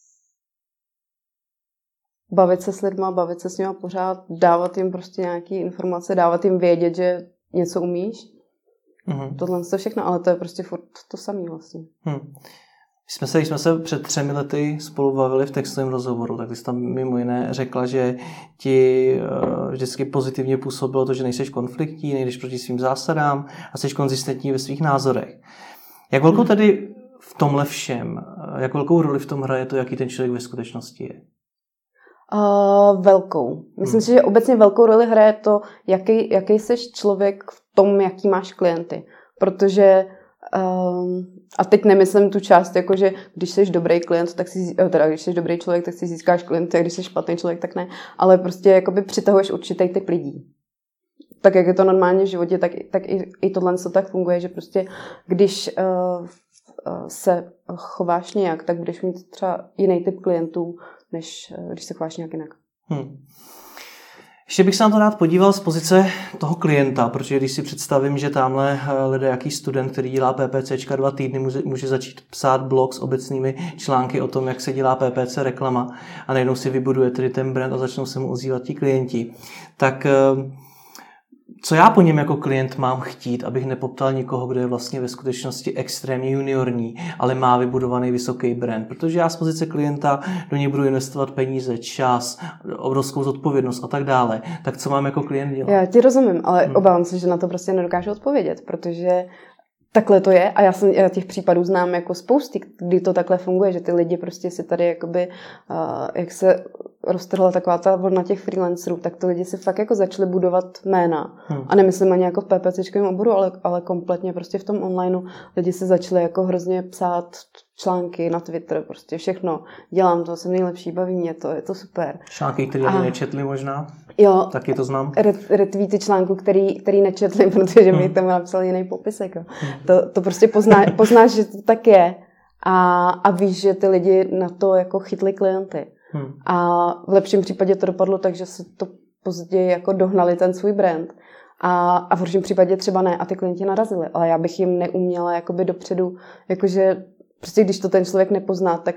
bavit se s lidma, bavit se s nimi pořád, dávat jim prostě nějaké informace, dávat jim vědět, že něco umíš. Mm-hmm. Tohle to všechno, ale to je prostě furt to samé vlastně. Hmm. Jsme se, když jsme se před třemi lety spolu bavili v textovém rozhovoru, tak ty jsi tam mimo jiné řekla, že ti uh, vždycky pozitivně působilo to, že nejseš konfliktní, nejdeš proti svým zásadám a jsi konzistentní ve svých názorech. Jak velkou tedy v tomhle všem, jak velkou roli v tom hraje to, jaký ten člověk ve skutečnosti je? Uh, velkou. Myslím hmm. si, že obecně velkou roli hraje to, jaký, jaký jsi člověk v tom, jaký máš klienty. Protože, um, a teď nemyslím tu část, jako že když jsi dobrý klient, tak si, teda když jsi dobrý člověk, tak si získáš klienty, a když jsi špatný člověk, tak ne. Ale prostě jakoby přitahuješ určitý typ lidí. Tak jak je to normálně v životě, tak, tak i, i tohle to tak funguje, že prostě když uh, se chováš nějak, tak budeš mít třeba jiný typ klientů, než uh, když se chováš nějak jinak. Hmm. Ještě bych se na to rád podíval z pozice toho klienta, protože když si představím, že tamhle lede jaký student, který dělá PPCčka dva týdny, může, může začít psát blog s obecnými články o tom, jak se dělá P P C reklama a najednou si vybuduje tedy ten brand a začnou se mu ozývat ti klienti, tak co já po něm jako klient mám chtít, abych nepoptal nikoho, kdo je vlastně ve skutečnosti extrémně juniorní, ale má vybudovaný vysoký brand, protože já z pozice klienta do něj budu investovat peníze, čas, obrovskou zodpovědnost a tak dále. Tak co mám jako klient dělat? Já ti rozumím, ale hmm. obávám se, že na to prostě nedokážu odpovědět, protože takhle to je a já, jsem, já těch případů znám jako spousty, kdy to takhle funguje, že ty lidi prostě si tady jakoby, uh, jak se roztrhla taková ta vlna těch freelancerů, tak ty lidi si fakt jako začali budovat jména. Hmm. A nemyslím ani jako v PPCčkovém oboru, ale, ale kompletně prostě v tom onlineu lidi se začali jako hrozně psát články na Twitter, prostě všechno. Dělám to, jsem nejlepší, baví mě to, je to super. Články, které a... nečetli možná? Jo, taky to znám. Retweety článků, který, který nečetli, protože mi hmm. tam napsal jiný popisek. Hmm. To, to prostě pozná, poznáš, že to tak je a, a víš, že ty lidi na to jako chytli klienty. Hmm. A v lepším případě to dopadlo tak, že se to později jako dohnali ten svůj brand. A, a v horším případě třeba ne a ty klienti narazili. Ale já bych jim neuměla jakoby dopředu, jakože prostě když to ten člověk nepozná, tak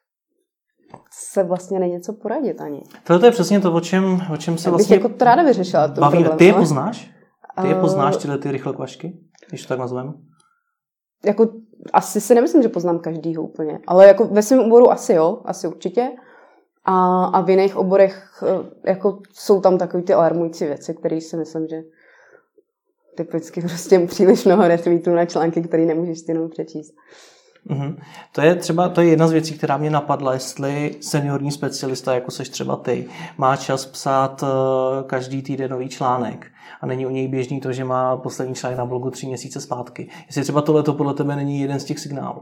se vlastně není co poradit ani. To je přesně to, o čem, o čem se já vlastně... bych jako to ráda vyřešila. Baví. Problém, ty je poznáš? Ty je poznáš, tyhle ty rychlokvašky? Když to tak nazveme? Jako, asi si nemyslím, že poznám každýho úplně. Ale jako ve svém oboru asi jo, asi určitě. A, a v jiných oborech jako jsou tam takový ty alarmující věci, které si myslím, že typicky prostě příliš mnoho retweetů na články, které nemůžeš jenom přečíst. Mm-hmm. To je třeba, to je jedna z věcí, která mě napadla, jestli seniorní specialista, jako seš třeba ty, má čas psát uh, každý týden nový článek a není u něj běžný to, že má poslední článek na blogu tři měsíce zpátky. Jestli třeba tohleto podle tebe není jeden z těch signálů?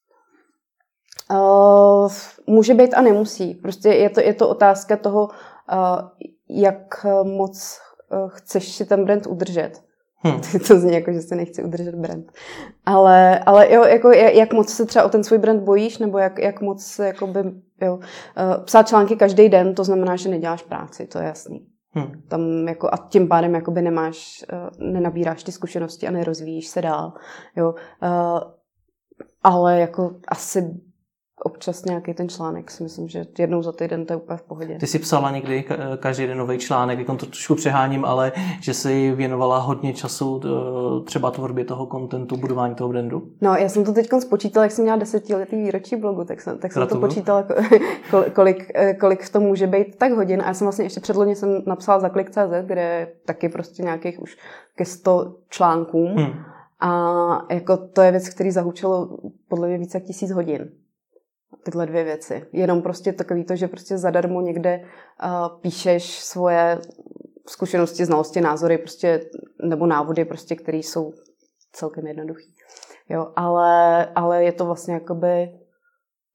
Uh, může být a nemusí. Prostě je to, je to otázka toho, uh, jak moc uh, chceš si ten brand udržet. Hmm. To zní jako, že se nechci udržet brand. Ale, ale jo, jako jak moc se třeba o ten svůj brand bojíš, nebo jak, jak moc jakoby, jo, psát články každý den, to znamená, že neděláš práci, to je jasný. Hmm. Tam jako, a tím pádem jakoby nemáš, nenabíráš ty zkušenosti a nerozvíjíš se dál. Jo. Ale jako asi občas nějaký ten článek, si myslím, že jednou za týden to je úplně v pohodě. Ty jsi psala někdy každý den nový článek, jako to trošku přeháním, ale že jsi věnovala hodně času třeba tvorbě toho kontentu, budování toho brandu? No, já jsem to teď spočítala, jak jsem měla desetiletý výročí blogu, tak jsem, tak jsem to počítala, kolik, kolik v tom může být tak hodin. A já jsem vlastně ještě předloni jsem napsala za klik tečka cé zet, kde je taky prostě nějakých už ke sto článkům. Hmm. A jako to je věc, který zahučilo podle mě více jak tisíc hodin. Tyhle dvě věci. Jenom prostě takový to, že prostě zadarmo někde uh, píšeš svoje zkušenosti, znalosti, názory prostě, nebo návody, prostě, které jsou celkem jednoduchý. Jo, ale, ale je to vlastně jakoby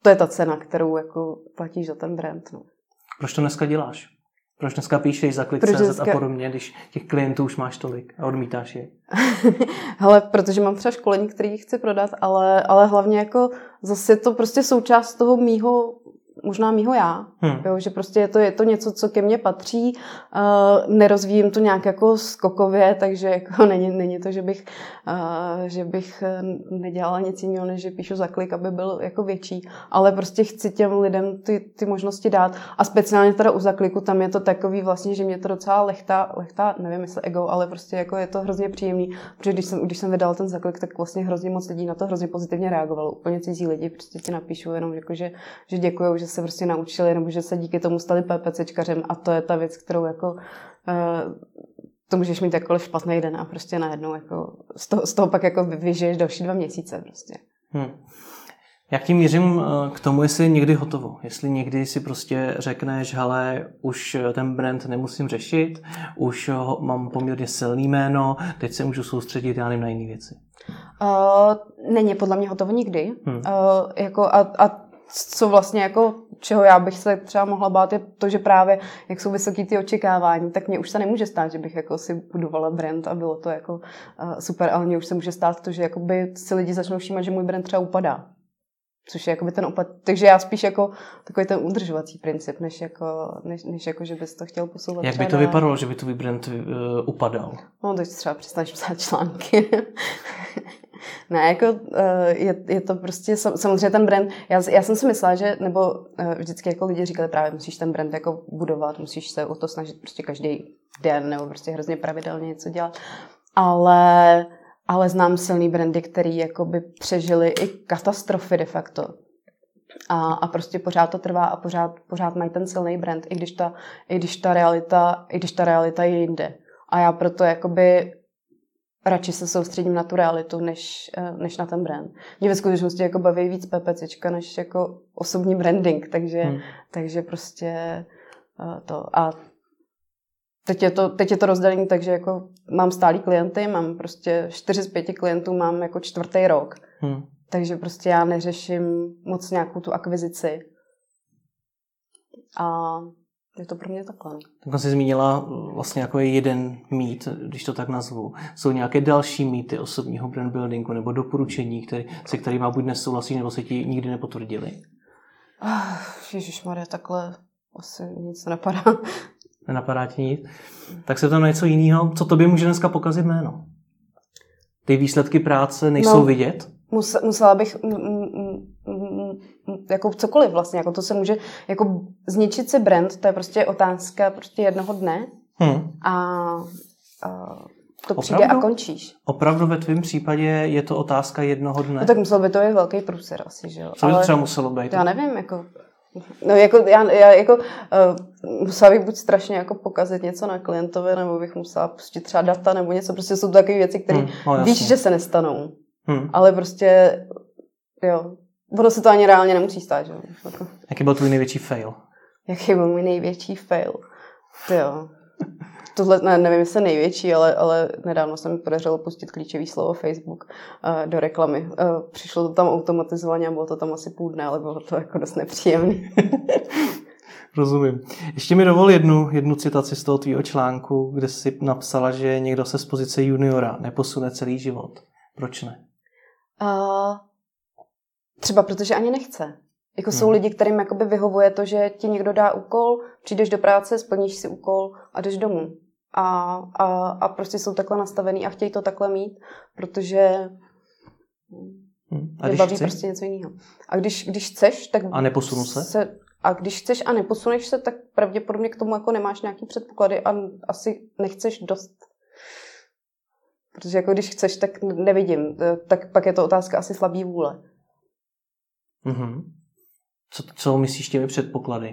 to je ta cena, kterou jako platíš za ten brand. No. Proč to dneska děláš? Proč dneska píšeš za Klik tečka cé zet dneska... a podobně, když těch klientů už máš tolik a odmítáš je? Hele, protože mám třeba školení, který chci prodat, ale, ale hlavně jako zase je to prostě součást toho mýho, možná mýho já, hmm. jo, že prostě je to, je to něco, co ke mně patří, uh, nerozvíjím to nějak jako skokově, takže jako není, není to, že bych, uh, že bych nedělala nic jiného, než že píšu za Klik, aby byl jako větší, ale prostě chci těm lidem ty, ty možnosti dát a speciálně teda u Za Kliku, tam je to takový vlastně, že mě to docela lechtá, lechtá, nevím jestli ego, ale prostě jako je to hrozně příjemný, protože když jsem, když jsem vydal ten Za Klik, tak vlastně hrozně moc lidí na to hrozně pozitivně reagovalo, úplně cizí lidi, prostě ti napíšu jenom jako, že, že děkujou, že se prostě naučili, nebo že se díky tomu stali PPCčkařem a to je ta věc, kterou jako uh, to můžeš mít jakkoliv špatný den a prostě najednou jako z toho, z toho pak jako vyžiješ další dva měsíce prostě. Hmm. Jak tím mířím k tomu, jestli je někdy hotovo? Jestli někdy si prostě řekneš, hele, už ten brand nemusím řešit, už ho, mám poměrně silný jméno, teď se můžu soustředit, já nevím, na jiné věci. Uh, není podle mě hotovo nikdy. Hmm. Uh, jako a, a co vlastně jako, čeho já bych se třeba mohla bát, je to, že právě, jak jsou vysoký ty očekávání, tak mě už se nemůže stát, že bych jako si budovala brand a bylo to jako uh, super, ale mně už se může stát to, že jakoby si lidi začnou všímat, že můj brand třeba upadá. Což je jakoby ten opad. Takže já spíš jako takový ten udržovací princip, než jako, než, než jako že bys to chtěl posouvat. Jak by to vypadalo, že by tvůj brand uh, upadal? No, teď třeba přestaneš psát články. Ne, jako je, je to prostě, samozřejmě ten brand, já, já jsem si myslela, že, nebo vždycky jako lidi říkali právě, musíš ten brand jako budovat, musíš se o to snažit prostě každý den, nebo prostě hrozně pravidelně něco dělat, ale, ale znám silný brandy, který jakoby přežili i katastrofy de facto. A, a prostě pořád to trvá a pořád, pořád mají ten silný brand, i když ta, i když ta realita, i když ta realita je jinde. A já proto jakoby radši se soustředím na tu realitu, než, než na ten brand. Mě ve skutečnosti jako baví víc PPCčka, než jako osobní branding, takže, hmm. takže prostě to. A teď je to, teď je to rozdělení, takže jako mám stálý klienty, mám prostě čtyři z pěti klientů, mám jako čtvrtý rok. Hmm. Takže prostě já neřeším moc nějakou tu akvizici. A je to pro mě takhle. Tak jsi zmínila vlastně jako jeden mýt, když to tak nazvu. Jsou nějaké další mýty osobního brand buildingu nebo doporučení, který, se kterými buď nesouhlasí, nebo se ti nikdy nepotvrdili? Oh, Ježišmarja, takhle asi nic nenapadá. Nenapadá ti nic? Tak se tam na něco jiného. Co tobě může dneska pokazit jméno? Ty výsledky práce nejsou no, vidět? Musela bych m, m, m, jako cokoliv vlastně, jako to se může, jako zničit si brand, to je prostě otázka prostě jednoho dne hmm. a, a to opravdu? Přijde a končíš. Opravdu ve tvém případě je to otázka jednoho dne? No tak muselo by to být velký průser asi, že jo. Co by to třeba muselo být? Já nevím, jako... No jako, já, já jako uh, musela bych buď strašně jako pokazit něco na klientovi, nebo bych musela pustit třeba data, nebo něco, prostě jsou to takové věci, které hmm, no, víš, že se nestanou. Hmm. Ale prostě, jo, ono se to ani reálně nemusí stát, že jo. Jako. Jaký byl tvůj největší fail? Jaký byl můj největší fail? Jo. Tohle, ne, nevím, jestli největší, ale, ale nedávno se mi podařilo pustit klíčový slovo Facebook uh, do reklamy. Uh, přišlo to tam automatizovaně a bylo to tam asi půl dne, ale bylo to jako dost nepříjemné. Rozumím. Ještě mi dovol jednu, jednu citaci z toho tvýho článku, kde jsi napsala, že někdo se z pozice juniora neposune celý život. Proč ne? Uh, třeba protože ani nechce. Jako hmm. jsou lidi, kterým jakoby vyhovuje to, že ti někdo dá úkol, přijdeš do práce, splníš si úkol a jdeš domů. A, a, a prostě jsou takhle nastavený a chtějí to takhle mít, protože hmm. a baví prostě něco jiného. A když, když chceš, tak... A neposunu se? se? A když chceš a neposuneš se, tak pravděpodobně k tomu jako nemáš nějaký předpoklady a asi nechceš dost. Protože jako když chceš, tak nevidím. Tak pak je to otázka asi slabý vůle. Mhm. Co, co myslíš těmi předpoklady?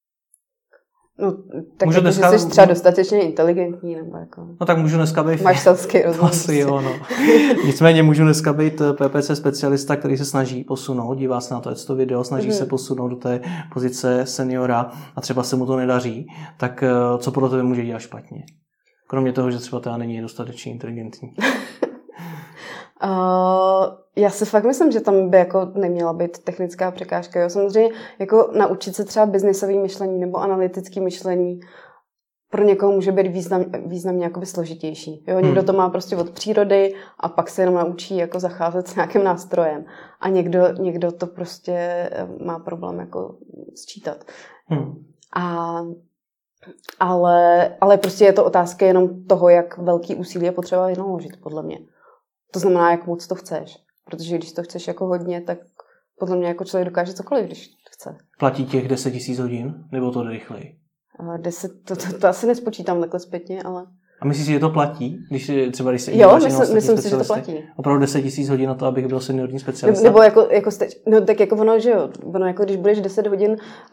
No, tak můžu jako, dneska... že jsi třeba dostatečně inteligentní, nebo jako... No tak můžu dneska být... Máš selský rozum. Asi jo, no. Nicméně můžu dneska být P P C specialista, který se snaží posunout, dívá se na to, to video, snaží mm-hmm. se posunout do té pozice seniora a třeba se mu to nedaří, tak co podle tebe může dělat špatně? Kromě toho, že třeba ta není dostatečně inteligentní. Uh, já si fakt myslím, že tam by jako neměla být technická překážka. Jo. Samozřejmě jako naučit se třeba biznisové myšlení nebo analytické myšlení pro někoho může být význam, významně jakoby složitější. Jo. Někdo to má prostě od přírody a pak se jenom naučí jako zacházet s nějakým nástrojem. A někdo, někdo to prostě má problém jako sčítat. Hmm. A, ale, ale prostě je to otázka jenom toho, jak velký úsilí je potřeba vynaložit, podle mě. To znamená, jak moc to chceš. Protože když to chceš jako hodně, tak podle mě jako člověk dokáže cokoliv, když chce. Platí těch deset tisíc hodin? Nebo to rychleji? deset, to, to, to asi nespočítám takhle zpětně, ale... A myslíš si, že to platí? Když třeba když se jo, myslím, myslím si, že to platí. Opravdu deset tisíc hodin na to, abych byl seniorní specialista? Nebo jako, jako steč, no tak jako ono, že jo. Ono jako když budeš deset hodin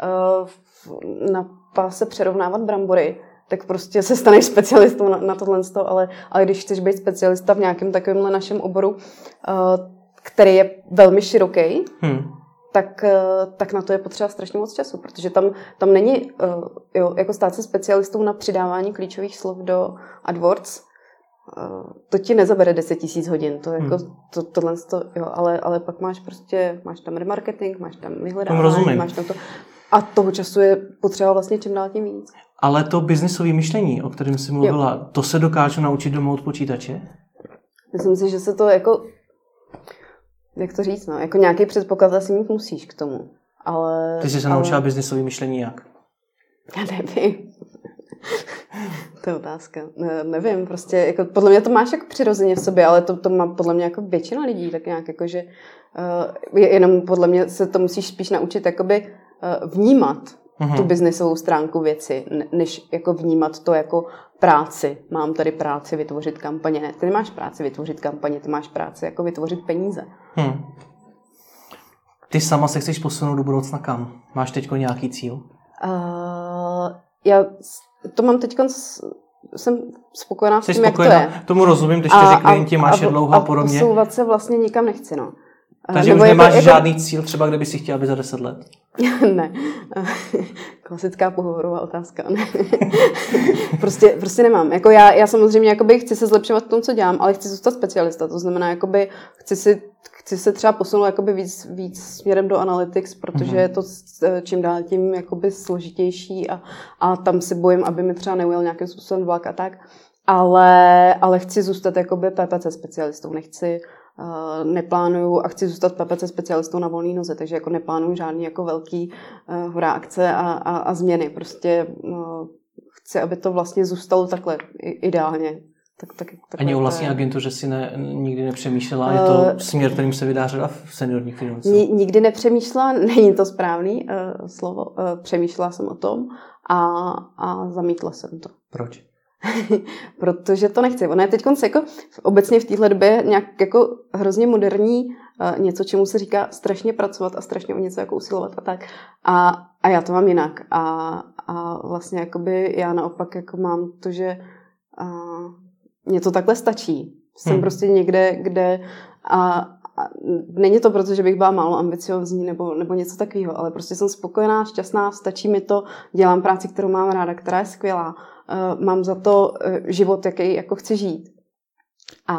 uh, na páse přerovnávat brambory, tak prostě se staneš specialistou na, na tohle, ale, ale když chceš být specialista v nějakém takovémhle našem oboru, uh, který je velmi široký, hmm. tak, uh, tak na to je potřeba strašně moc času, protože tam, tam není, uh, jo, jako stát se specialistou na přidávání klíčových slov do AdWords, uh, to ti nezabere deset tisíc hodin, to jako, hmm. to, tohle, to, jo, ale, ale pak máš prostě, máš tam remarketing, máš tam vyhledávání, máš tam to, a toho času je potřeba vlastně čím dál tím víc. Ale to biznisové myšlení, o kterém jsi mluvila, jo. To se dokážu naučit doma od počítače? Myslím si, že se to jako, jak to říct, no, jako nějaký předpoklad asi mít musíš k tomu. Ale, Ty jsi se ale... naučila biznisové myšlení jak? Já nevím. To je otázka. Ne, nevím, prostě, jako, podle mě to máš jako přirozeně v sobě, ale to, to má podle mě jako většina lidí, tak nějak jako, že uh, jenom podle mě se to musíš spíš naučit jakoby uh, vnímat uhum. tu biznisovou stránku věci, než jako vnímat to jako práci. Mám tady práci vytvořit kampaně. Ne, ty nemáš práci vytvořit kampaně, ty máš práci jako vytvořit peníze. Hmm. Ty sama se chceš posunout do budoucna kam? Máš teďko nějaký cíl? Uh, já to mám teďko, jsem spokojená s tím, jak to je. Tomu rozumím, když ti klienti máš je dlouho a podobně. A posouvat se vlastně nikam nechci, no. Takže Nebo už nemáš jako, žádný cíl, třeba kde by si chtěla být za deset let? Ne. Klasická pohovorová otázka. Ne. prostě, prostě nemám. Jako já, já samozřejmě jakoby chci se zlepšovat v tom, co dělám, ale chci zůstat specialista. To znamená, jakoby chci, si, chci se třeba posunout jakoby víc, víc směrem do analytics, protože mm-hmm. je to čím dál tím jakoby složitější a, a tam se bojím, aby mi třeba neujel nějakým způsobem vlak a tak. Ale, ale chci zůstat jakoby P P C specialistou. Nechci Uh, neplánuju a chci zůstat P P C specialistou na volné noze, takže jako neplánuju žádný jako velký uh, hurá akce a, a, a změny. Prostě uh, chci, aby to vlastně zůstalo takhle ideálně. Tak, tak, Ani o vlastní agentuře si ne, nikdy nepřemýšlela? Uh, je to směr, kterým se vydá řada seniorních freelanců? Ni, nikdy nepřemýšlela, není to správný uh, slovo. Uh, přemýšlela jsem o tom a, a zamítla jsem to. Proč? Protože to nechci. Ono je teď jako obecně v téhle době nějak jako hrozně moderní uh, něco, čemu se říká strašně pracovat a strašně o něco jako usilovat a tak. A, a já to mám jinak. A, a vlastně jakoby já naopak jako mám to, že uh, mě to takhle stačí. Jsem hmm. prostě někde, kde a, a není to proto, že bych byla málo ambiciozní nebo, nebo něco takového, ale prostě jsem spokojená, šťastná, stačí mi to, dělám práci, kterou mám ráda, která je skvělá. Uh, mám za to uh, život, jaký jako chci žít. A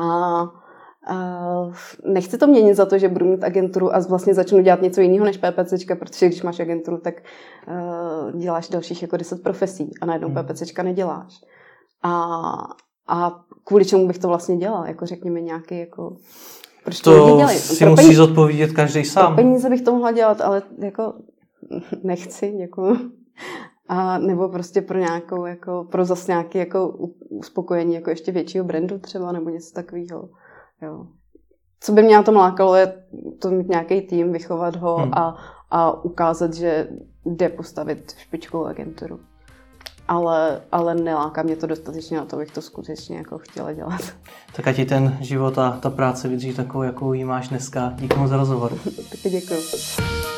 uh, nechci to měnit za to, že budu mít agenturu a vlastně začnu dělat něco jiného než PPCčka, protože když máš agenturu, tak uh, děláš dalších jako deset profesí a najednou hmm. PPCčka neděláš. A, a kvůli čemu bych to vlastně dělal? Jako řekněme nějaký jako... Proč to, to dělají? Si musí peníze, zodpovědět každý sám. Pro peníze bych to mohla dělat, ale jako nechci, děkuju. A nebo prostě pro nějakou, jako, pro zase nějaké jako uspokojení jako ještě většího brandu třeba, nebo něco takového. Jo. Co by mě na tom lákalo, je to mít nějaký tým, vychovat ho hmm. a, a ukázat, že jde postavit špičkovou agenturu. Ale, ale neláká mě to dostatečně na to, abych to skutečně jako chtěla dělat. Tak ať ti ten život a ta práce vydrží takovou, jakou ji máš dneska. Díky moc za rozhovor. Taky děkuju.